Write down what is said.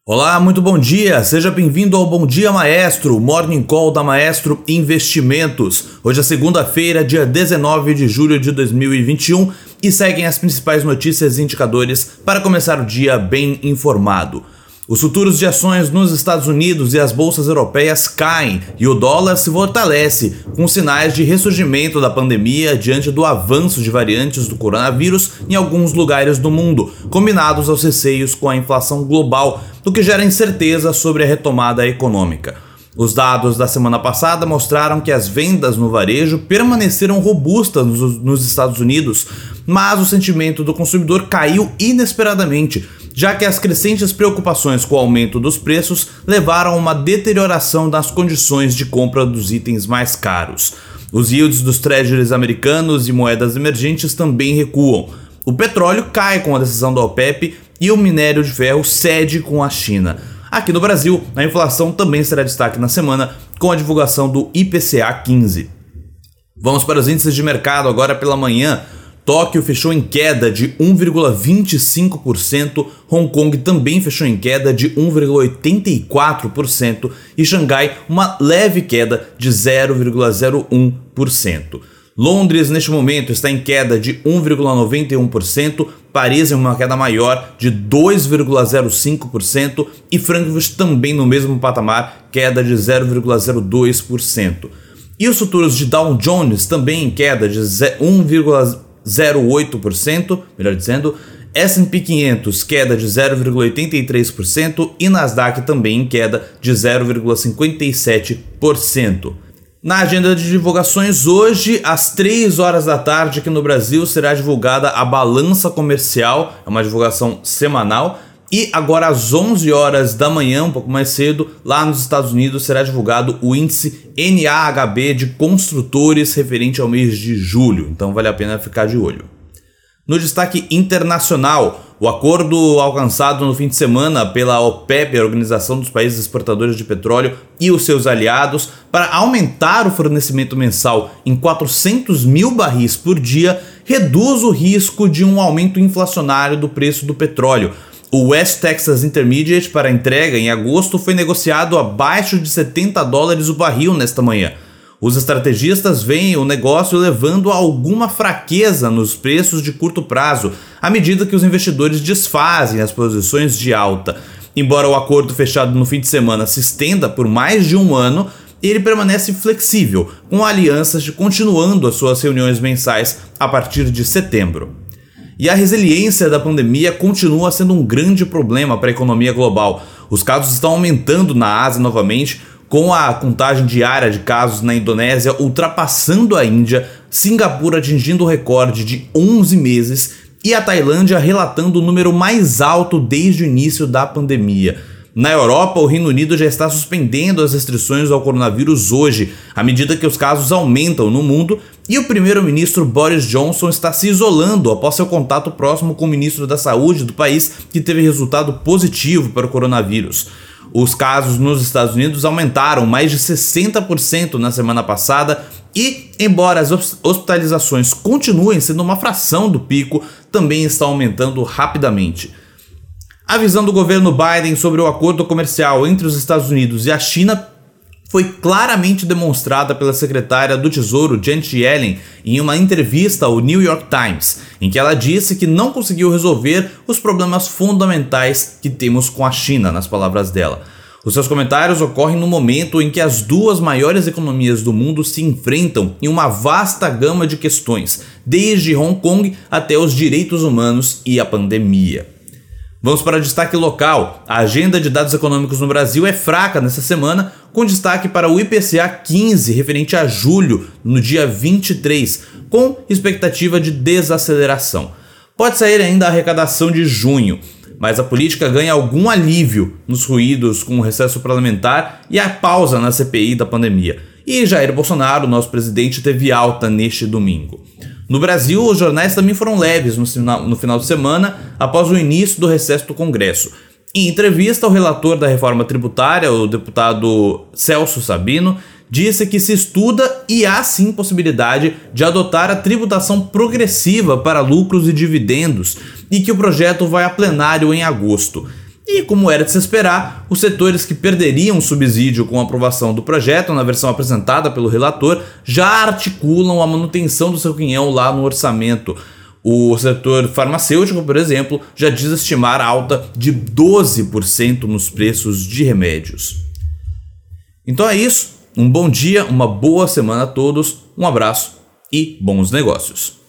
Olá, muito bom dia, seja bem-vindo ao Bom Dia Maestro, o Morning Call da Maestro Investimentos. Hoje é segunda-feira, dia 19 de julho de 2021 e seguem as principais notícias e indicadores para começar o dia bem informado. Os futuros de ações nos Estados Unidos e as bolsas europeias caem e o dólar se fortalece, com sinais de ressurgimento da pandemia diante do avanço de variantes do coronavírus em alguns lugares do mundo, combinados aos receios com a inflação global, o que gera incerteza sobre a retomada econômica. Os dados da semana passada mostraram que as vendas no varejo permaneceram robustas nos Estados Unidos, mas o sentimento do consumidor caiu inesperadamente, já que as crescentes preocupações com o aumento dos preços levaram a uma deterioração das condições de compra dos itens mais caros. Os yields dos treasuries americanos e moedas emergentes também recuam. O petróleo cai com a decisão da OPEP e o minério de ferro cede com a China. Aqui no Brasil, a inflação também será destaque na semana com a divulgação do IPCA 15. Vamos para os índices de mercado agora pela manhã. Tóquio fechou em queda de 1,25%, Hong Kong também fechou em queda de 1,84% e Xangai uma leve queda de 0,01%. Londres, neste momento, está em queda de 1,91%, Paris em uma queda maior de 2,05% e Frankfurt também no mesmo patamar, queda de 0,02%. E os futuros de Dow Jones também em queda de 1,08%, melhor dizendo, S&P 500 queda de 0,83% e Nasdaq também em queda de 0,57%. Na agenda de divulgações, hoje, às 3 horas da tarde, aqui no Brasil, será divulgada a balança comercial, é uma divulgação semanal, e agora às 11 horas da manhã, um pouco mais cedo, lá nos Estados Unidos, será divulgado o índice NAHB de construtores referente ao mês de julho, então vale a pena ficar de olho. No destaque internacional, o acordo alcançado no fim de semana pela OPEP, a Organização dos Países Exportadores de Petróleo, e os seus aliados, para aumentar o fornecimento mensal em 400 mil barris por dia, reduz o risco de um aumento inflacionário do preço do petróleo. O West Texas Intermediate para entrega em agosto foi negociado abaixo de $70 o barril nesta manhã. Os estrategistas veem o negócio levando a alguma fraqueza nos preços de curto prazo, à medida que os investidores desfazem as posições de alta. Embora o acordo fechado no fim de semana se estenda por mais de um ano, ele permanece flexível, com alianças continuando as suas reuniões mensais a partir de setembro. E a resiliência da pandemia continua sendo um grande problema para a economia global. Os casos estão aumentando na Ásia novamente, com a contagem diária de casos na Indonésia ultrapassando a Índia, Singapura atingindo o recorde de 11 meses e a Tailândia relatando o número mais alto desde o início da pandemia. Na Europa, o Reino Unido já está suspendendo as restrições ao coronavírus hoje, à medida que os casos aumentam no mundo, e o primeiro-ministro Boris Johnson está se isolando após seu contato próximo com o ministro da Saúde do país, que teve resultado positivo para o coronavírus. Os casos nos Estados Unidos aumentaram mais de 60% na semana passada e, embora as hospitalizações continuem sendo uma fração do pico, também está aumentando rapidamente. A visão do governo Biden sobre o acordo comercial entre os Estados Unidos e a China foi claramente demonstrada pela secretária do Tesouro Janet Yellen em uma entrevista ao New York Times, em que ela disse que não conseguiu resolver os problemas fundamentais que temos com a China, nas palavras dela. Os seus comentários ocorrem no momento em que as duas maiores economias do mundo se enfrentam em uma vasta gama de questões, desde Hong Kong até os direitos humanos e a pandemia. Vamos para o destaque local. A agenda de dados econômicos no Brasil é fraca nessa semana, com destaque para o IPCA 15, referente a julho, no dia 23, com expectativa de desaceleração. Pode sair ainda a arrecadação de junho, mas a política ganha algum alívio nos ruídos com o recesso parlamentar e a pausa na CPI da pandemia. E Jair Bolsonaro, nosso presidente, teve alta neste domingo. No Brasil, os jornais também foram leves no final de semana, após o início do recesso do Congresso. Em entrevista, o relator da reforma tributária, o deputado Celso Sabino, disse que se estuda e há sim possibilidade de adotar a tributação progressiva para lucros e dividendos e que o projeto vai a plenário em agosto. E, como era de se esperar, os setores que perderiam subsídio com a aprovação do projeto na versão apresentada pelo relator já articulam a manutenção do seu quinhão lá no orçamento. O setor farmacêutico, por exemplo, já diz estimar alta de 12% nos preços de remédios. Então é isso, um bom dia, uma boa semana a todos, um abraço e bons negócios.